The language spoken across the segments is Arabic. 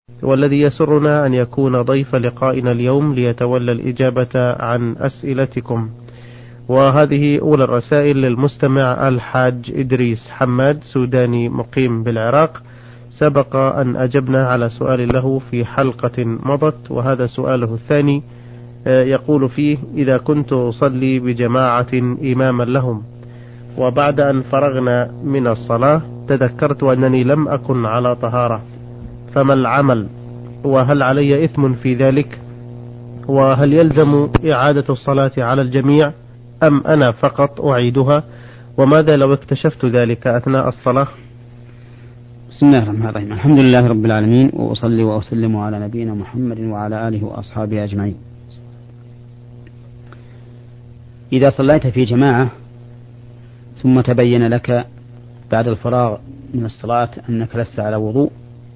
والذي يسرنا أن يكون ضيف لقائنا اليوم ليتولى الإجابة عن أسئلتكم. وهذه أولى الرسائل للمستمع الحاج إدريس حماد، سوداني مقيم بالعراق. سبق أن أجبنا على سؤال له في حلقة مضت، وهذا سؤاله الثاني. يقول فيه: إذا كنت أصلي بجماعة إماما لهم، وبعد أن فرغنا من الصلاة تذكرت أنني لم أكن على طهارة، فما العمل؟ وهل علي إثم في ذلك؟ وهل يلزم إعادة الصلاة على الجميع أم أنا فقط أعيدها؟ وماذا لو اكتشفت ذلك أثناء الصلاة؟ بسم الله الرحمن الرحيم. الحمد لله رب العالمين، وأصلي وأسلم على نبينا محمد وعلى آله وأصحابه أجمعين. إذا صليت في جماعة ثم تبين لك بعد الفراغ من الصلاة أنك لست على وضوء،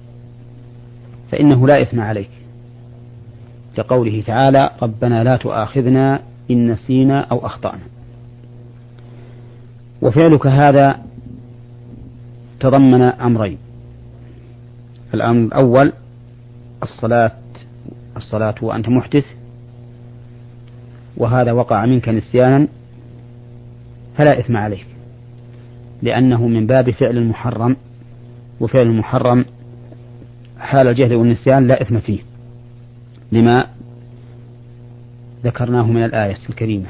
فإنه لا إثم عليك، لقوله تعالى: ربنا لا تؤاخذنا إن نسينا أو أخطأنا. وفعلك هذا تضمن أمرين: الأمر الأول الصلاة وأنت محدث، وهذا وقع منك نسيانا فلا إثم عليك، لأنه من باب فعل المحرم، وفعل المحرم حال الجهل والنسيان لا إثم فيه، لما ذكرناه من الآية الكريمة.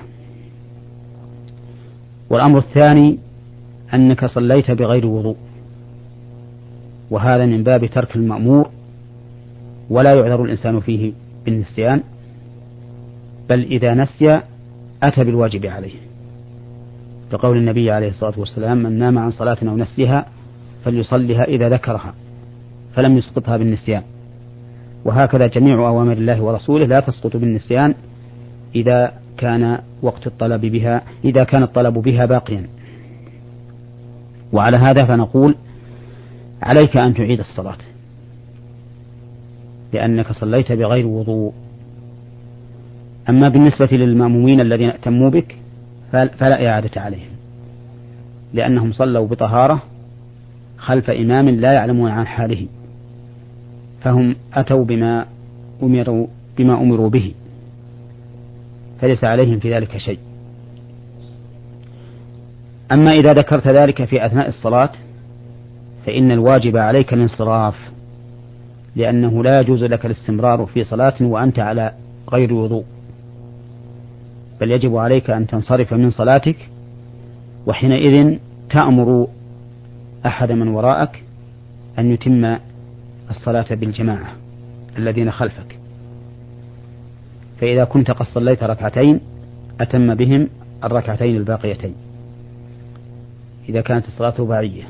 والأمر الثاني أنك صليت بغير وضوء، وهذا من باب ترك المأمور، ولا يعذر الإنسان فيه بالنسيان، بل إذا نسي أتى بالواجب عليه، لقول النبي عليه الصلاة والسلام: من نام عن صلاة أو نسيها فليصلها إذا ذكرها فلم يسقطها بالنسيان. وهكذا جميع أوامر الله ورسوله لا تسقط بالنسيان إذا كان الطلب بها باقيا. وعلى هذا فنقول: عليك أن تعيد الصلاة لأنك صليت بغير وضوء. أما بالنسبة للمأمومين الذين ائتموا بك فلا إعادة عليهم، لأنهم صلوا بطهارة خلف إمام لا يعلمون عن حاله، فهم أتوا بما أمروا به، فليس عليهم في ذلك شيء. أما إذا ذكرت ذلك في أثناء الصلاة فإن الواجب عليك الانصراف، لأنه لا يجوز لك الاستمرار في صلاة وأنت على غير وضوء، بل يجب عليك أن تنصرف من صلاتك، وحينئذ تأمر أحد من وراءك أن يتم الصلاة بالجماعة الذين خلفك. فإذا كنت قد صليت ركعتين أتم بهم الركعتين الباقيتين إذا كانت الصلاة رباعية.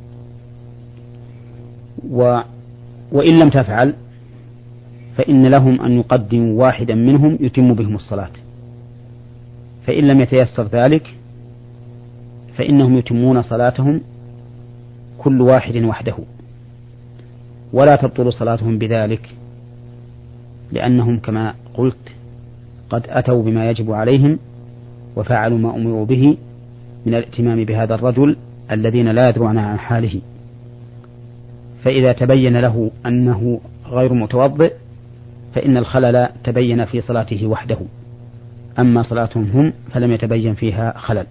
وإن لم تفعل فإن لهم أن يقدموا واحدا منهم يتم بهم الصلاة، فإن لم يتيسر ذلك فإنهم يتمون صلاتهم كل واحد وحده، ولا تبطل صلاتهم بذلك، لأنهم كما قلت قد أتوا بما يجب عليهم وفعلوا ما أمروا به من الائتمام بهذا الرجل الذين لا يدرون عن حاله. فإذا تبين له أنه غير متوضئ فإن الخلل تبين في صلاته وحده، أما صلاتهم هم فلم يتبين فيها خلل.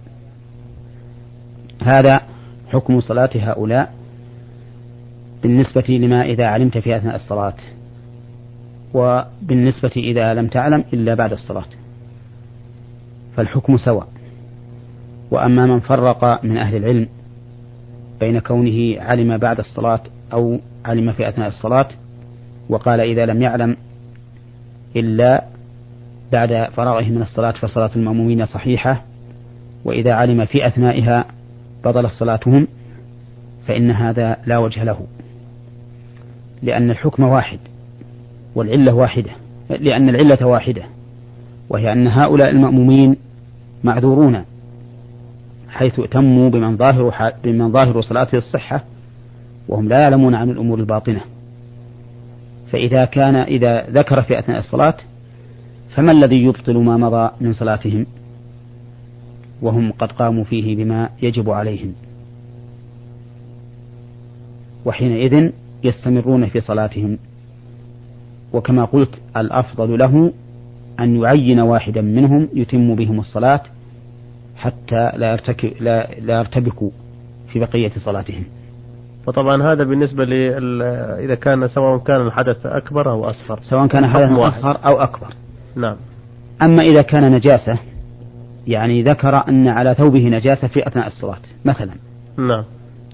هذا حكم صلاة هؤلاء بالنسبة لما إذا علمت في أثناء الصلاة، وبالنسبة إذا لم تعلم إلا بعد الصلاة فالحكم سواء. وأما من فرق من أهل العلم بين كونه علم بعد الصلاة أو علم في أثناء الصلاة، وقال إذا لم يعلم إلا بعد فراغه من الصلاة فصلاة المأمومين صحيحة، وإذا علم في أثنائها بطلت صلاتهم، فإن هذا لا وجه له، لأن الحكم واحد والعلة واحدة، لأن العلة واحدة، وهي أن هؤلاء المأمومين معذورون حيث ائتموا بمن ظاهر صلاته الصحة وهم لا يعلمون عن الأمور الباطنة. إذا ذكر في أثناء الصلاة فما الذي يبطل ما مضى من صلاتهم وهم قد قاموا فيه بما يجب عليهم؟ وحينئذ يستمرون في صلاتهم وكما قلت الأفضل له أن يعين واحدا منهم يتم بهم الصلاة حتى لا يرتبكوا في بقية صلاتهم. وطبعا هذا بالنسبة إذا كان سواء كان الحدث أكبر أو أصغر، سواء كان حدث أصغر أو أكبر. نعم. أما إذا كان نجاسة، يعني ذكر أن على ثوبه نجاسة في أثناء الصلاة مثلا، نعم،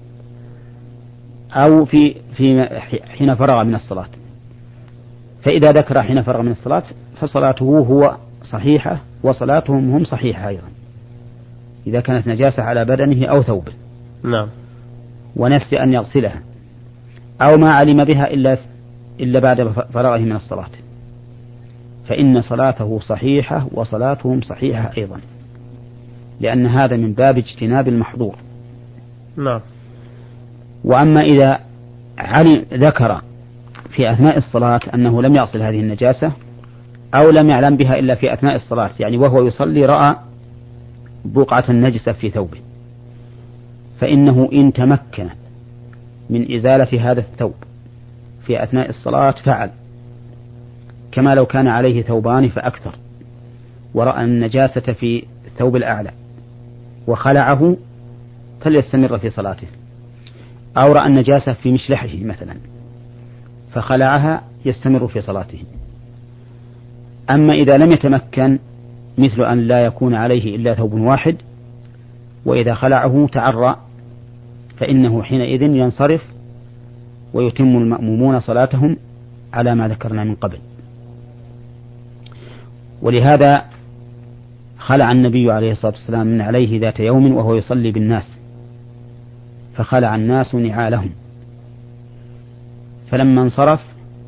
أو حين فرغ من الصلاة، فإذا ذكر حين فرغ من الصلاة فصلاته هو صحيحة وصلاتهم هم صحيحة أيضا، إذا كانت نجاسة على بدنه أو ثوبه. نعم. ونسي أن يغسلها أو ما علم بها إلا بعد فرغه من الصلاة، فإن صلاته صحيحة وصلاتهم صحيحة أيضا، لأن هذا من باب اجتناب المحظور. نعم. وأما إذا ذكر في أثناء الصلاة أنه لم يغسل هذه النجاسة أو لم يعلم بها إلا في أثناء الصلاة، يعني وهو يصلي رأى بقعة النجسة في ثوبه، فإنه إن تمكن من إزالة هذا الثوب في أثناء الصلاة فعل، كما لو كان عليه ثوبان فأكثر ورأى النجاسة في الثوب الأعلى وخلعه فليستمر في صلاته، أو رأى النجاسة في مشلحه مثلا فخلعها يستمر في صلاته. أما إذا لم يتمكن، مثل أن لا يكون عليه إلا ثوب واحد وإذا خلعه تعرى، فإنه حينئذ ينصرف ويتم المأمومون صلاتهم على ما ذكرنا من قبل. ولهذا خلع النبي عليه الصلاة والسلام من عليه ذات يوم وهو يصلي بالناس، فخلع الناس نعالهم، فلما انصرف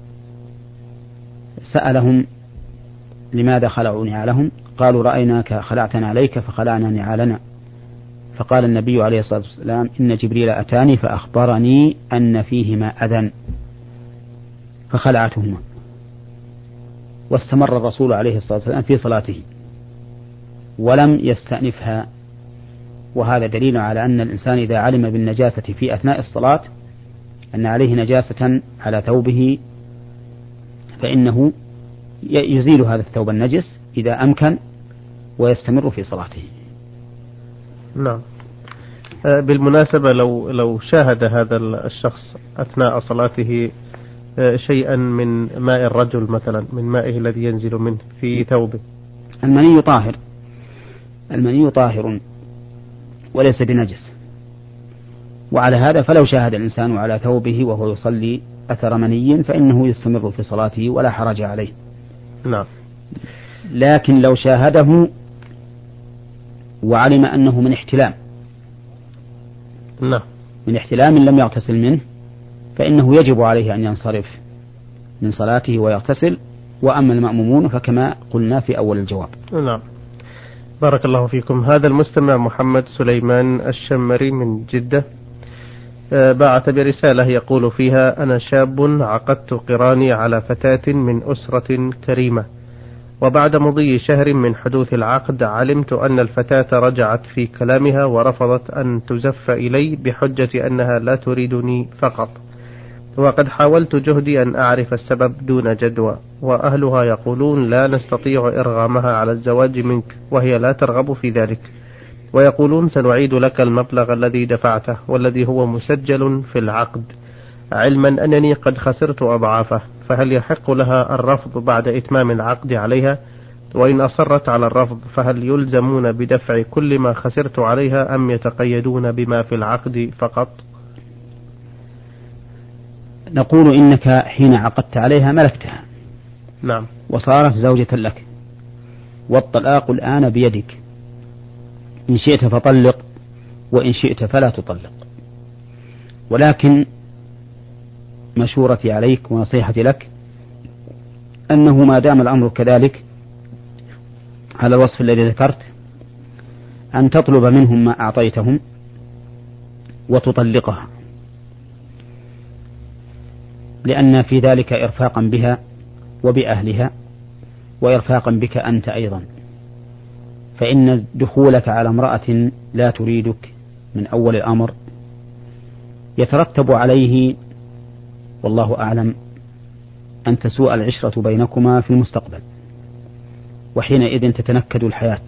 سألهم لماذا خلعوا نعالهم؟ قالوا رأيناك خلعتنا عليك فخلعنا نعالنا. فقال النبي عليه الصلاة والسلام إن جبريل أتاني فأخبرني أن فيهما أذى فخلعتهما، واستمر الرسول عليه الصلاة والسلام في صلاته ولم يستأنفها. وهذا دليل على أن الإنسان إذا علم بالنجاسة في أثناء الصلاة أن عليه نجاسة على ثوبه فإنه يزيل هذا الثوب النجس إذا أمكن ويستمر في صلاته. نعم. بالمناسبة لو شاهد هذا الشخص أثناء صلاته شيئا من ماء الرجل مثلا، من مائه الذي ينزل منه في ثوبه، المني طاهر وليس بنجس، وعلى هذا فلو شاهد الإنسان على ثوبه وهو يصلي أثر مني فإنه يستمر في صلاته ولا حرج عليه. نعم. لكن لو شاهده وعلم أنه من احتلام، نعم، من احتلام لم يغتسل منه، فإنه يجب عليه أن ينصرف من صلاته ويغتسل. وأما المأمومون فكما قلنا في أول الجواب. نعم. بارك الله فيكم. هذا المستمع محمد سليمان الشمري من جدة بعث برسالة يقول فيها: أنا شاب عقدت قراني على فتاة من أسرة كريمة، وبعد مضي شهر من حدوث العقد علمت أن الفتاة رجعت في كلامها ورفضت أن تزف إلي بحجة أنها لا تريدني فقط، وقد حاولت جهدي أن أعرف السبب دون جدوى، وأهلها يقولون لا نستطيع إرغامها على الزواج منك وهي لا ترغب في ذلك، ويقولون سنعيد لك المبلغ الذي دفعته والذي هو مسجل في العقد، علما أنني قد خسرت أضعافه، فهل يحق لها الرفض بعد إتمام العقد عليها؟ وإن أصرت على الرفض فهل يلزمون بدفع كل ما خسرت عليها أم يتقيدون بما في العقد فقط؟ نقول إنك حين عقدت عليها ملكتها، نعم، وصارت زوجة لك، والطلاق الآن بيدك، إن شئت فطلق وإن شئت فلا تطلق. ولكن مشورتي عليك ونصيحتي لك أنه ما دام الأمر كذلك على الوصف الذي ذكرت أن تطلب منهم ما أعطيتهم وتطلقها، لأن في ذلك إرفاقا بها وبأهلها وإرفاقا بك أنت أيضا، فإن دخولك على امرأة لا تريدك من أول الأمر يترتب عليه والله أعلم أن تسوء العشرة بينكما في المستقبل، وحينئذ تتنكد الحياة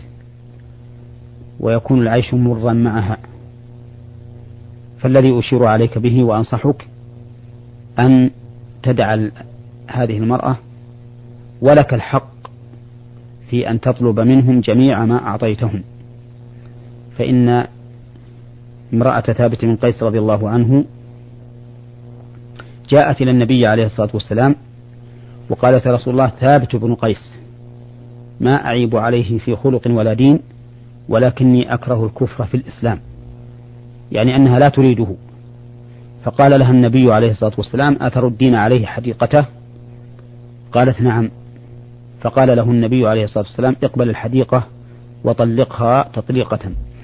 ويكون العيش مرا معها. فالذي أشير عليك به وأنصحك أن تدع هذه المرأة، ولك الحق في أن تطلب منهم جميع ما أعطيتهم. فإن امرأة ثابت بن قيس رضي الله عنه جاءت إلى النبي عليه الصلاة والسلام وقالت: يا رسول الله، ثابت بن قيس ما أعيب عليه في خلق ولا دين، ولكني أكره الكفر في الإسلام، يعني أنها لا تريده. فقال لها النبي عليه الصلاة والسلام: أتردين عليه حديقته؟ قالت: نعم. فقال له النبي عليه الصلاة والسلام: اقبل الحديقة وطلقها تطليقة.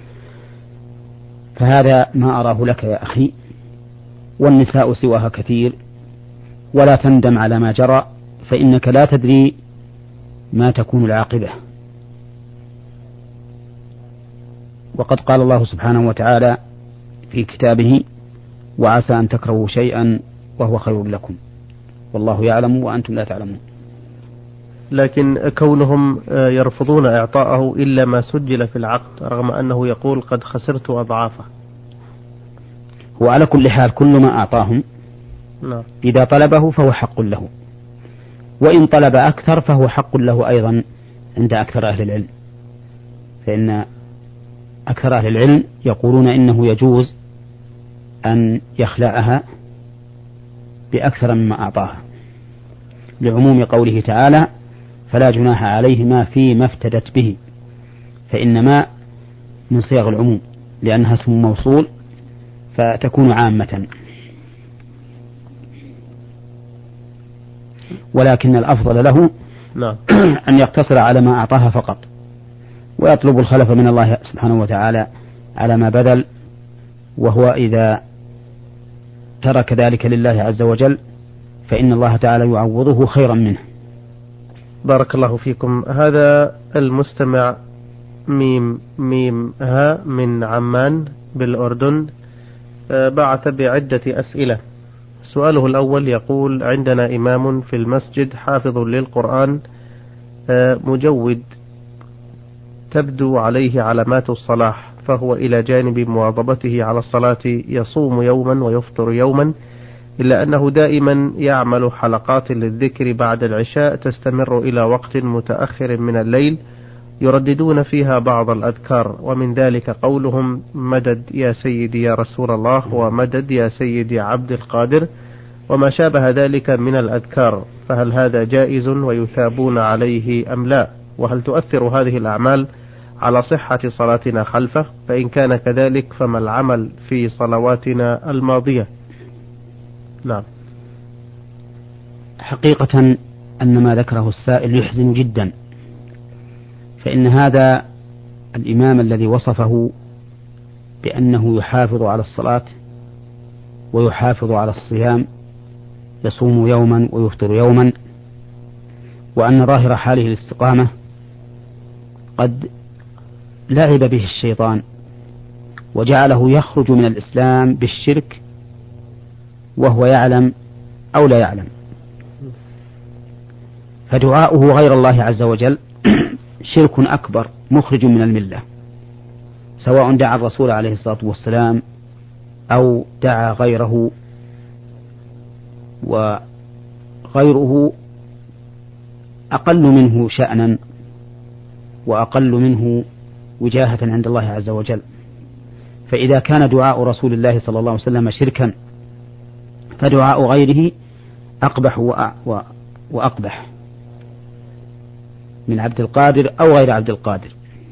فهذا ما أراه لك يا أخي، والنساء سواها كثير، ولا تندم على ما جرى، فإنك لا تدري ما تكون العاقبة. وقد قال الله سبحانه وتعالى في كتابه: وعسى أن تكرهوا شيئا وهو خير لكم والله يعلم وأنتم لا تعلمون. لكن كونهم يرفضون إعطاءه إلا ما سجل في العقد، رغم أنه يقول قد خسرت أضعافه. وعلى كل حال كل ما أعطاهم إذا طلبه فهو حق له، وإن طلب أكثر فهو حق له أيضا عند أكثر أهل العلم، فإن أكثر أهل العلم يقولون إنه يجوز أن يخلعها بأكثر مما أعطاها، لعموم قوله تعالى: فلا جناح عليهما فيما افتدت به، فإنما من صيغ العموم لأنها اسم موصول فتكون عامة. ولكن الأفضل له أن يقتصر على ما أعطاها فقط، ويطلب الخلف من الله سبحانه وتعالى على ما بذل، وهو إذا ترك ذلك لله عز وجل فإن الله تعالى يعوضه خيرا منه. بارك الله فيكم. هذا المستمع ميم ها من عمان بالأردن بعث بعدة أسئلة. سؤاله الأول يقول: عندنا إمام في المسجد حافظ للقرآن مجود تبدو عليه علامات الصلاح، فهو إلى جانب مواظبته على الصلاة يصوم يوما ويفطر يوما، إلا أنه دائما يعمل حلقات للذكر بعد العشاء تستمر إلى وقت متأخر من الليل يرددون فيها بعض الأذكار، ومن ذلك قولهم: مدد يا سيدي يا رسول الله، ومدد يا سيدي عبد القادر، وما شابه ذلك من الأذكار، فهل هذا جائز ويثابون عليه أم لا؟ وهل تؤثر هذه الأعمال على صحة صلاتنا خلفه؟ فإن كان كذلك فما العمل في صلواتنا الماضية؟ نعم. حقيقة أن ما ذكره السائل يحزن جدا، فإن هذا الإمام الذي وصفه بأنه يحافظ على الصلاة ويحافظ على الصيام، يصوم يوما ويفطر يوما، وأن ظاهر حاله الاستقامة، قد لعب به الشيطان وجعله يخرج من الإسلام بالشرك وهو يعلم أو لا يعلم. فدعاؤه غير الله عز وجل شرك أكبر مخرج من الملة، سواء دعا الرسول عليه الصلاة والسلام أو دعا غيره، وغيره أقل منه شأنا وأقل منه وجاهة عند الله عز وجل. فإذا كان دعاء رسول الله صلى الله عليه وسلم شركا، فدعاء غيره أقبح وأقبح من عبد القادر أو غير عبد القادر.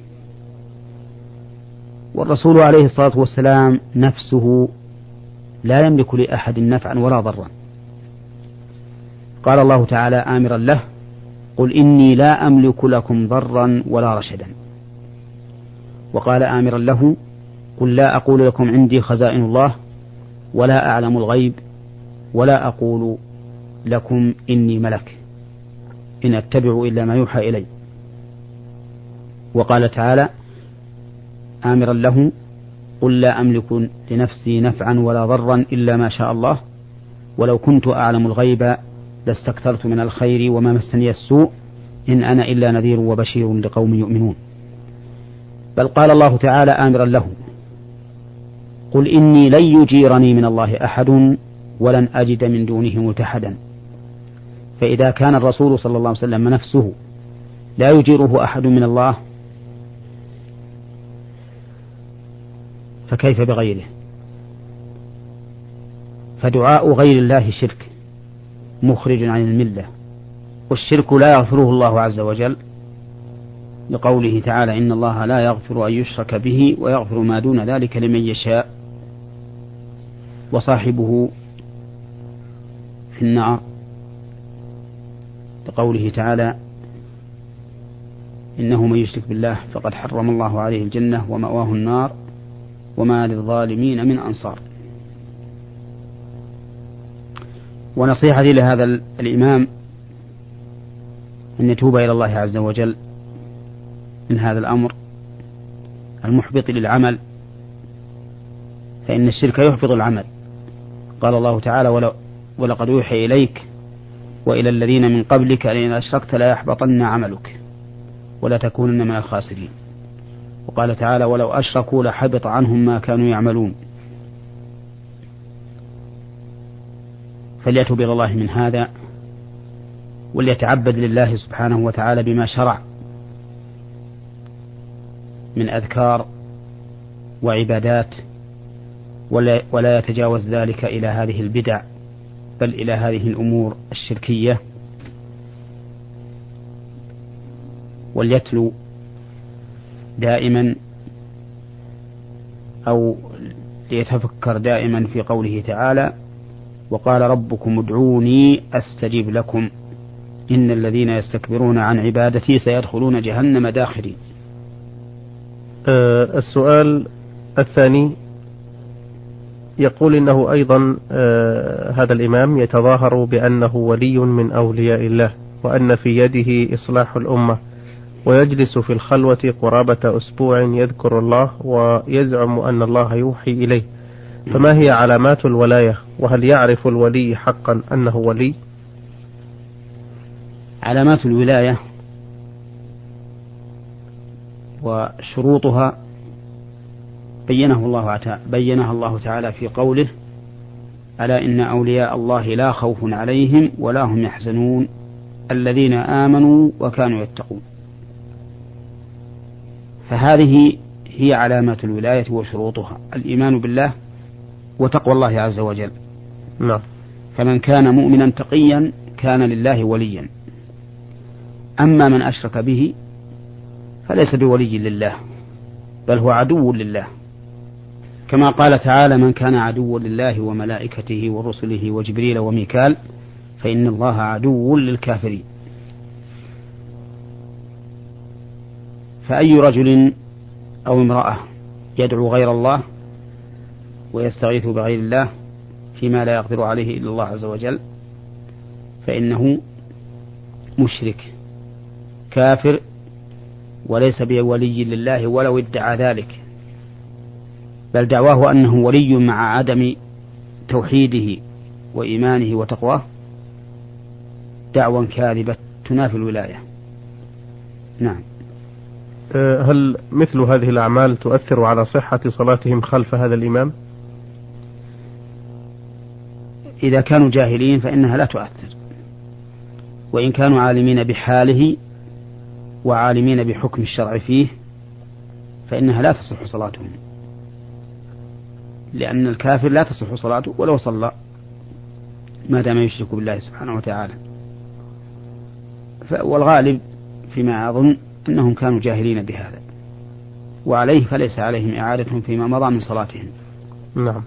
والرسول عليه الصلاة والسلام نفسه لا يملك لأحد نفعا ولا ضرا. قال الله تعالى آمرا له: قل إني لا أملك لكم ضرا ولا رشدا. وقال آمرا له: قل لا أقول لكم عندي خزائن الله ولا أعلم الغيب ولا أقول لكم إني ملك إن أتبع إلا ما يوحى إلي. وقال تعالى آمرا له: قل لا أملك لنفسي نفعا ولا ضرا إلا ما شاء الله ولو كنت أعلم الغيب لاستكثرت من الخير وما مسني السوء إن أنا إلا نذير وبشير لقوم يؤمنون. بل قال الله تعالى آمرا له: قل إني لن يجيرني من الله أحد ولن أجد من دونه ملتحدا. فإذا كان الرسول صلى الله عليه وسلم نفسه لا يجيره أحد من الله فكيف بغيره؟ فدعاء غير الله شرك مخرج عن الملة، والشرك لا يغفره الله عز وجل، لقوله تعالى: إن الله لا يغفر أن يشرك به ويغفر ما دون ذلك لمن يشاء، وصاحبه في النار، لقوله تعالى: إنه من يشرك بالله فقد حرم الله عليه الجنة ومأواه النار وما للظالمين من أنصار. ونصيحتي لهذا الإمام أن يتوب إلى الله عز وجل من هذا الأمر المحبط للعمل، فإن الشرك يحبط العمل. قال الله تعالى: ولقد أوحي إليك وإلى الذين من قبلك لئن أشركت لا يحبطن عملك ولا تكونن من الخاسرين. وقال تعالى: ولو أشركوا لحبط عنهم ما كانوا يعملون. فليتوب إلى الله من هذا، وليتعبد لله سبحانه وتعالى بما شرع من أذكار وعبادات، ولا يتجاوز ذلك إلى هذه البدع، بل إلى هذه الأمور الشركية. وليتلو دائما أو ليتفكر دائما في قوله تعالى: وقال ربكم ادعوني أستجب لكم إن الذين يستكبرون عن عبادتي سيدخلون جهنم داخرين. السؤال الثاني يقول إنه أيضا هذا الإمام يتظاهر بأنه ولي من أولياء الله، وأن في يده إصلاح الأمة، ويجلس في الخلوة قرابة أسبوع يذكر الله ويزعم أن الله يوحي إليه، فما هي علامات الولاية؟ وهل يعرف الولي حقا أنه ولي؟ علامات الولاية وشروطها بينها الله تعالى في قوله: ألا إن أولياء الله لا خوف عليهم ولا هم يحزنون الذين آمنوا وكانوا يتقون. فهذه هي علامات الولاية وشروطها: الإيمان بالله وتقوى الله عز وجل. نعم. فمن كان مؤمنا تقيا كان لله وليا. أما من أشرك به فليس بولي لله، بل هو عدو لله، كما قال تعالى: من كان عدوا لله وملائكته ورسله وجبريل وميكال فإن الله عدو للكافرين. فأي رجل أو امرأة يدعو غير الله ويستغيث بغير الله فيما لا يقدر عليه إلا الله عز وجل فإنه مشرك كافر، وليس بولي لله ولو ادعى ذلك، بل دعواه أنه ولي مع عدم توحيده وإيمانه وتقواه دعوى كاذبة تنافي الولاية. نعم. هل مثل هذه الأعمال تؤثر على صحة صلاتهم خلف هذا الإمام؟ إذا كانوا جاهلين فإنها لا تؤثر، وإن كانوا عالمين بحاله وعالمين بحكم الشرع فيه فإنها لا تصح صلاتهم، لأن الكافر لا تصح صلاته ولو صلى ما دام يشرك بالله سبحانه وتعالى. والغالب فيما أظن أنهم كانوا جاهلين بهذا، وعليه فليس عليهم إعادة فيما مضى من صلاتهم. نعم.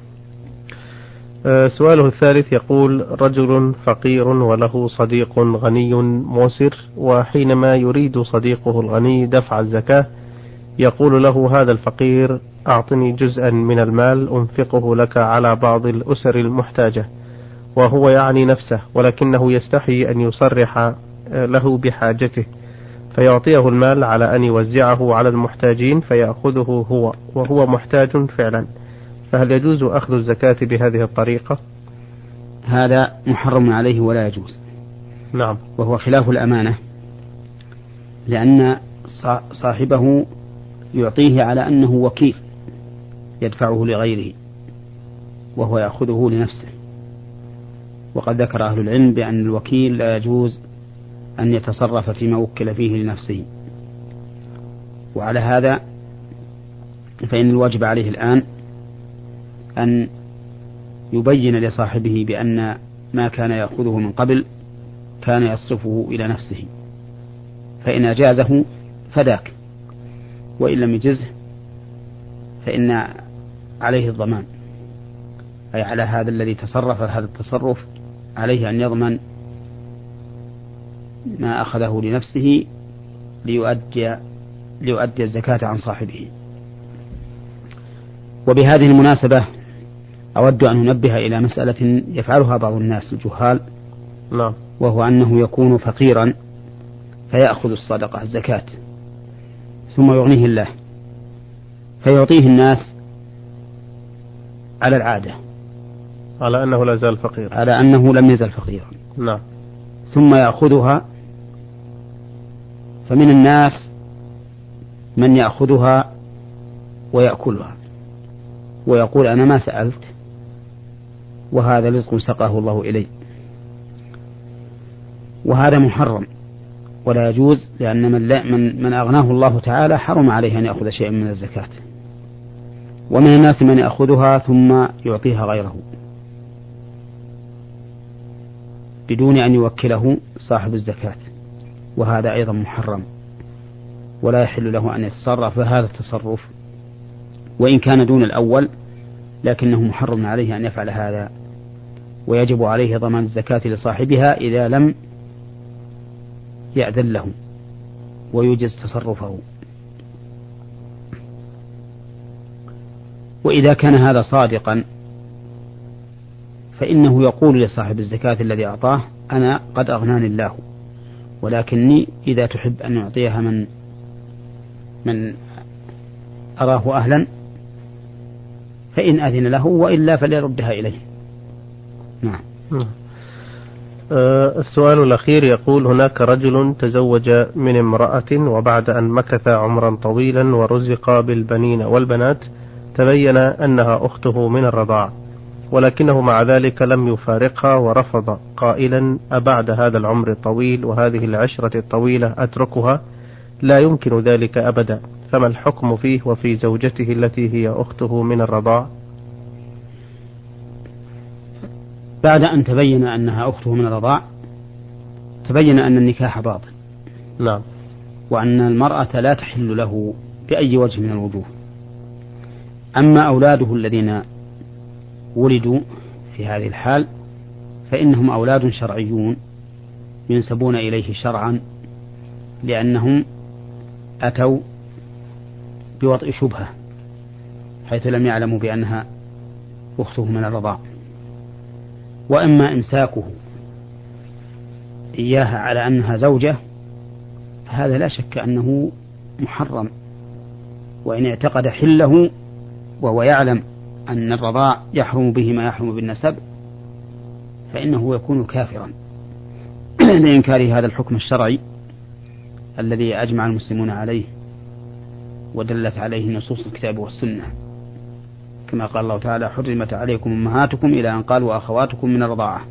سؤاله الثالث يقول: رجل فقير وله صديق غني موسر، وحينما يريد صديقه الغني دفع الزكاة يقول له هذا الفقير: أعطني جزءا من المال أنفقه لك على بعض الأسر المحتاجة، وهو يعني نفسه، ولكنه يستحي أن يصرح له بحاجته، فيعطيه المال على أن يوزعه على المحتاجين فيأخذه هو وهو محتاج فعلا، فهل يجوز أخذ الزكاة بهذه الطريقة؟ هذا محرم عليه ولا يجوز، نعم. وهو خلاف الأمانة، لأن صاحبه يعطيه على أنه وكيل يدفعه لغيره وهو يأخذه لنفسه. وقد ذكر أهل العلم بأن الوكيل لا يجوز أن يتصرف فيما وكل فيه لنفسه. وعلى هذا فإن الواجب عليه الآن أن يبين لصاحبه بأن ما كان يأخذه من قبل كان يصرفه إلى نفسه، فإن أجازه فذاك، وإن لم يجزه فإن عليه الضمان، أي على هذا الذي تصرف هذا التصرف عليه أن يضمن ما أخذه لنفسه ليؤدي الزكاة عن صاحبه. وبهذه المناسبة أود أن أنبه إلى مسألة يفعلها بعض الناس الجهال، نعم. وهو أنه يكون فقيرا فيأخذ الصدقة الزكاة ثم يغنيه الله فيعطيه الناس على العادة، على أنه لا زال فقيرا، على أنه لم يزل فقيرا. نعم. ثم يأخذها، فمن الناس من يأخذها ويأكلها ويقول أنا ما سألت وهذا رزق سقاه الله إلي، وهذا محرم ولا يجوز، لأن من أغناه الله تعالى حرم عليه أن يأخذ شيئا من الزكاة. ومن الناس من يأخذها ثم يعطيها غيره بدون أن يوكله صاحب الزكاة، وهذا أيضا محرم ولا يحل له أن يتصرف هذا التصرف، وإن كان دون الأول لكنه محرم عليه أن يفعل هذا، ويجب عليه ضمان الزكاة لصاحبها إذا لم يأذن له ويوجز تصرفه. وإذا كان هذا صادقا فإنه يقول لصاحب الزكاة الذي أعطاه أنا قد أغناني الله، ولكني إذا تحب أن يعطيها من أراه أهلا فإن أذن له، وإلا فليردها إليه. نعم. السؤال الأخير يقول: هناك رجل تزوج من امرأة، وبعد أن مكث عمرا طويلا ورزق بالبنين والبنات تبين أنها أخته من الرضاعة، ولكنه مع ذلك لم يفارقها ورفض قائلا: أبعد هذا العمر الطويل وهذه العشرة الطويلة أتركها؟ لا يمكن ذلك أبدا، فما الحكم فيه وفي زوجته التي هي أخته من الرضاعة؟ بعد أن تبين أنها أخته من الرضاع تبين أن النكاح باطل. نعم. وأن المرأة لا تحل له بأي وجه من الوجوه. أما أولاده الذين ولدوا في هذه الحال فإنهم أولاد شرعيون ينسبون إليه شرعا، لأنهم أتوا بوضع شبهة حيث لم يعلموا بأنها أخته من الرضاع. وأما إمساكه إياها على أنها زوجة فهذا لا شك أنه محرم، وإن اعتقد حله وهو يعلم أن الرضاع يحرم به ما يحرم بالنسب فإنه يكون كافرا لإنكار هذا الحكم الشرعي الذي أجمع المسلمون عليه ودلت عليه نصوص الكتاب والسنة، كما قال الله تعالى: حرمت عليكم أمهاتكم إلى أن قال وأخواتكم من الرضاعة.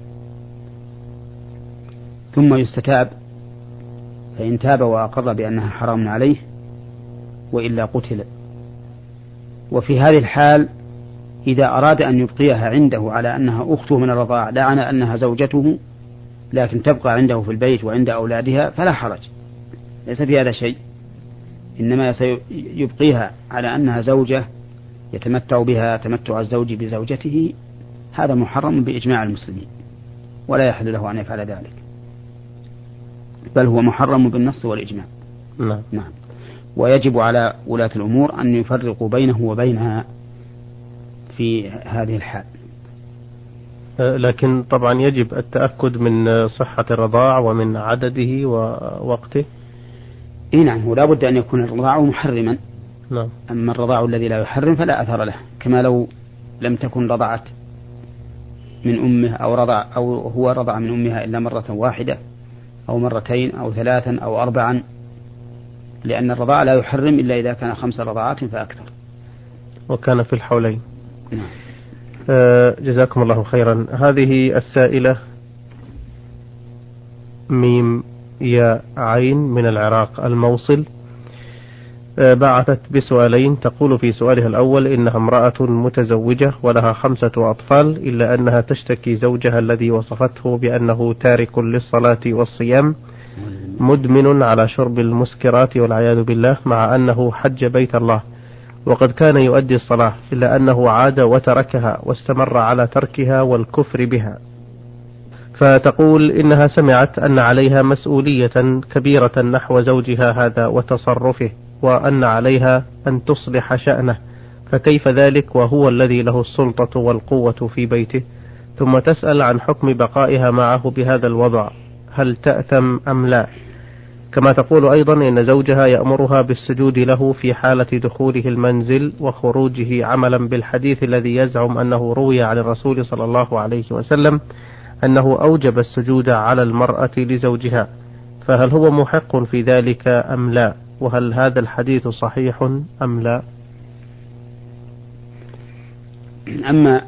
ثم يستتاب، فإن تاب وأقر بأنها حرام عليه وإلا قتل. وفي هذه الحال إذا أراد أن يبقيها عنده على أنها أخته من الرضاعة لا على أنها زوجته لكن تبقى عنده في البيت وعند أولادها فلا حرج، ليس في هذا شيء، إنما يبقيها على أنها زوجة يتمتع بها تمتع الزوج بزوجته، هذا محرم بإجماع المسلمين ولا يحل له أن يفعل ذلك، بل هو محرم بالنص والإجماع. نعم. ويجب على ولاة الأمور أن يفرقوا بينه وبينها في هذه الحال. لكن طبعا يجب التأكد من صحة الرضاع ومن عدده ووقته. نعم، هو لا بد أن يكون الرضاع محرما. نعم. أما الرضاع الذي لا يحرم فلا أثر له، كما لو لم تكن رضعت من أمه أو هو رضع من أمها إلا مرة واحدة أو مرتين أو ثلاثا أو أربعا، لأن الرضاع لا يحرم إلا إذا كان 5 رضعات فأكثر. وكان في الحولين. نعم. جزاكم الله خيرا. هذه السائلة ميم يا عين من العراق الموصل بعثت بسؤالين. تقول في سؤالها الأول إنها امرأة متزوجة ولها 5 أطفال، إلا أنها تشتكي زوجها الذي وصفته بأنه تارك للصلاة والصيام مدمن على شرب المسكرات والعياذ بالله، مع أنه حج بيت الله وقد كان يؤدي الصلاة، إلا أنه عاد وتركها واستمر على تركها والكفر بها. فتقول إنها سمعت أن عليها مسؤولية كبيرة نحو زوجها هذا وتصرفه، وأن عليها أن تصلح شأنه، فكيف ذلك وهو الذي له السلطة والقوة في بيته؟ ثم تسأل عن حكم بقائها معه بهذا الوضع، هل تأثم أم لا؟ كما تقول أيضا إن زوجها يأمرها بالسجود له في حالة دخوله المنزل وخروجه، عملا بالحديث الذي يزعم أنه روي عن الرسول صلى الله عليه وسلم أنه أوجب السجود على المرأة لزوجها، فهل هو محق في ذلك أم لا؟ وهل هذا الحديث صحيح أم لا؟ أما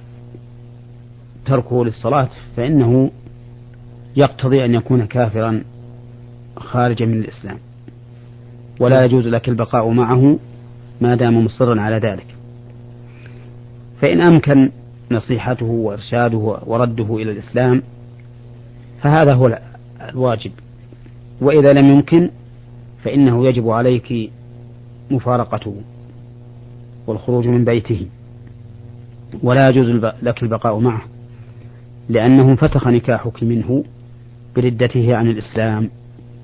تركه للصلاة فإنه يقتضي أن يكون كافرا خارجا من الإسلام، ولا يجوز لك البقاء معه ما دام مصرا على ذلك. فإن أمكن نصيحته وإرشاده ورده إلى الإسلام فهذا هو الواجب، وإذا لم يمكن فإنه يجب عليك مفارقته والخروج من بيته، ولا يجوز لك البقاء معه، لأنه فسخ نكاحك منه بردته عن الإسلام،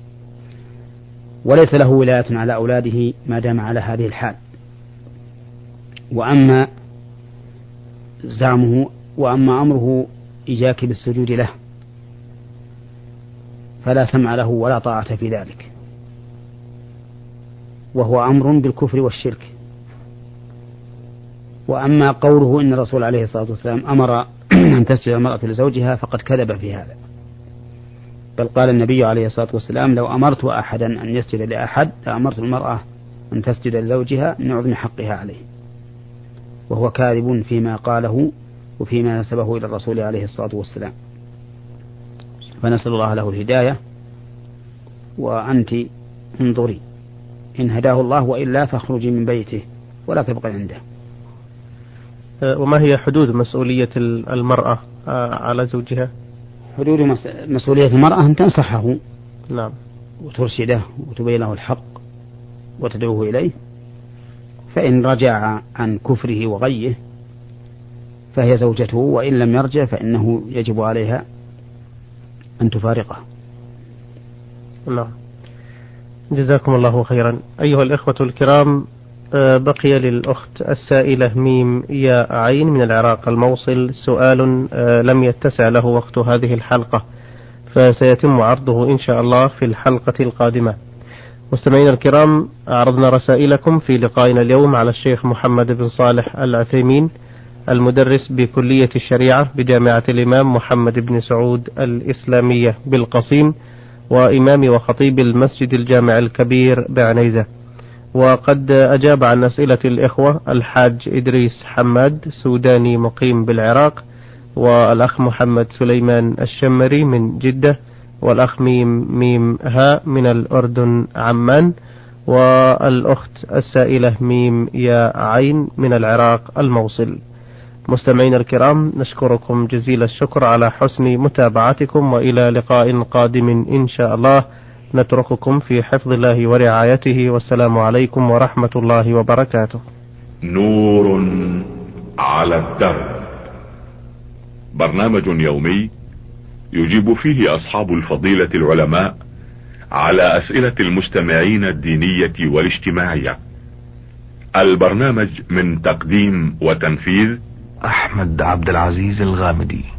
وليس له ولاية على أولاده ما دام على هذه الحال. وأما زعمه وأما أمره إياك بالسجود له فلا سمع له ولا طاعة في ذلك، وهو أمر بالكفر والشرك. وأما قوله إن الرسول عليه الصلاة والسلام أمر أن تسجد المرأة لزوجها فقد كذب في هذا، بل قال النبي عليه الصلاة والسلام لو أمرت أحدا أن يسجد لأحد لأمرت المرأة أن تسجد لزوجها من عظم حقها عليه، وهو كاذب فيما قاله وفيما نسبه إلى الرسول عليه الصلاة والسلام. فنسأل الله له الهداية، وأنت انظري إن هداه الله، وإلا فاخرجي من بيته ولا تبقي عنده. وما هي حدود مسؤولية المرأة على زوجها؟ حدود مسؤولية المرأة أن تنصحه، نعم، وترشده وتبين له الحق وتدعوه إليه، فإن رجع عن كفره وغيه فهي زوجته، وإن لم يرجع فإنه يجب عليها أن تفارقه. نعم، جزاكم الله خيرا. أيها الإخوة الكرام، بقي للأخت السائلة ميم يا عين من العراق الموصل سؤال لم يتسع له وقت هذه الحلقة، فسيتم عرضه إن شاء الله في الحلقة القادمة. مستمعينا الكرام، عرضنا رسائلكم في لقائنا اليوم على الشيخ محمد بن صالح العثيمين، المدرس بكلية الشريعة بجامعة الإمام محمد بن سعود الإسلامية بالقصيم، وإمام وخطيب المسجد الجامع الكبير بعنيزة. وقد أجاب عن أسئلة الإخوة الحاج إدريس حماد سوداني مقيم بالعراق، والأخ محمد سليمان الشمري من جدة، والأخ ميم ها من الأردن عمان، والأخت السائلة ميم يا عين من العراق الموصل. مستمعينا الكرام، نشكركم جزيل الشكر على حسن متابعتكم، وإلى لقاء قادم إن شاء الله. نترككم في حفظ الله ورعايته، والسلام عليكم ورحمة الله وبركاته. نور على الدرب، برنامج يومي يجيب فيه أصحاب الفضيلة العلماء على أسئلة المستمعين الدينية والاجتماعية. البرنامج من تقديم وتنفيذ أحمد عبد العزيز الغامدي.